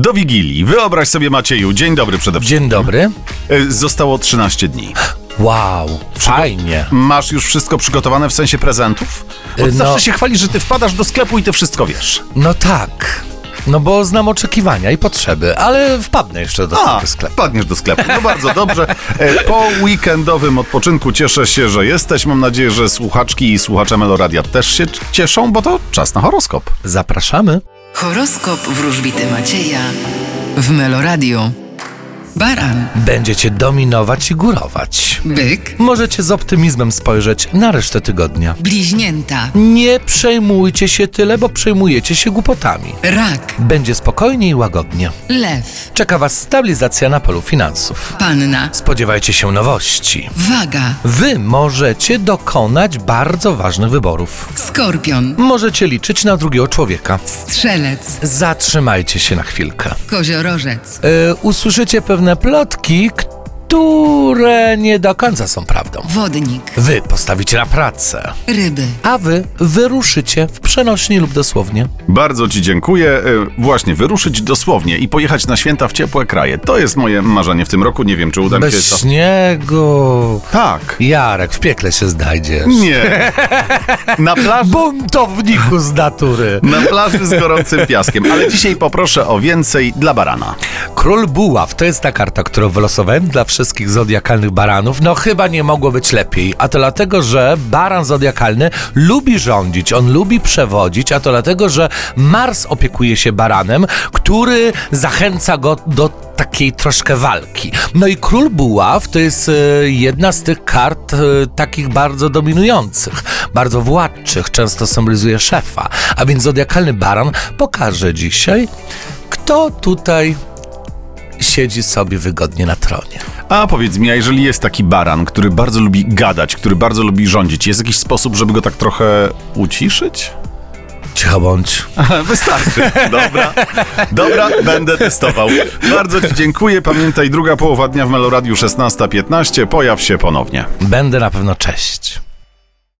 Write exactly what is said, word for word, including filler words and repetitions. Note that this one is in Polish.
Do Wigilii. Wyobraź sobie, Macieju, dzień dobry przede wszystkim. Dzień dobry. Zostało trzynaście dni. Wow, fajnie. Masz już wszystko przygotowane w sensie prezentów? Bo ty No. zawsze się chwalisz, że ty wpadasz do sklepu i ty wszystko wiesz. No tak. No bo znam oczekiwania i potrzeby, ale wpadnę jeszcze do A, tego sklepu. wpadniesz do sklepu. No bardzo dobrze. E, Po weekendowym odpoczynku cieszę się, że jesteś. Mam nadzieję, że słuchaczki i słuchacze Meloradia też się cieszą, bo to czas na horoskop. Zapraszamy. Horoskop wróżbity Macieja w Meloradio. Baran, Będziecie dominować i górować. byk, Możecie z optymizmem spojrzeć na resztę tygodnia. bliźnięta, Nie przejmujcie się tyle, bo przejmujecie się głupotami. rak, Będzie spokojnie i łagodnie. lew, Czeka was stabilizacja na polu finansów. panna, Spodziewajcie się nowości. waga, Wy możecie dokonać bardzo ważnych wyborów. skorpion, Możecie liczyć na drugiego człowieka. strzelec, Zatrzymajcie się na chwilkę. koziorożec, Yy, usłyszycie pewne plotki, które nie do końca są prawdą. wodnik, Wy postawicie na pracę, ryby, a wy wyruszycie w przenośni lub dosłownie. Bardzo ci dziękuję. E, Właśnie, wyruszyć dosłownie i pojechać na święta w ciepłe kraje. To jest moje marzenie w tym roku. Nie wiem, czy uda mi się Bez to. śniegu. Tak. Jarek, w piekle się znajdziesz. Nie. Na plaży. Buntowniku z natury. Na plaży z gorącym piaskiem. Ale dzisiaj poproszę o więcej dla barana. Król Buław to jest ta karta, którą wylosowałem dla wszystkich zodiakalnych baranów. No chyba nie mogło być lepiej. A to dlatego, że baran zodiakalny lubi rządzić, on lubi przewodzić, a to dlatego, że Mars opiekuje się baranem, który zachęca go do takiej troszkę walki. No i Król Buław to jest e, jedna z tych kart e, takich bardzo dominujących, bardzo władczych, często symbolizuje szefa. A więc zodiakalny baran pokaże dzisiaj, kto tutaj siedzi sobie wygodnie na tronie. A powiedz mi, a jeżeli jest taki baran, który bardzo lubi gadać, który bardzo lubi rządzić, jest jakiś sposób, żeby go tak trochę uciszyć? Cicho bądź. Wystarczy. Dobra. Dobra, będę testował. Bardzo ci dziękuję. Pamiętaj, druga połowa dnia w Meloradiu szesnasta piętnaście. Pojaw się ponownie. Będę na pewno. Cześć.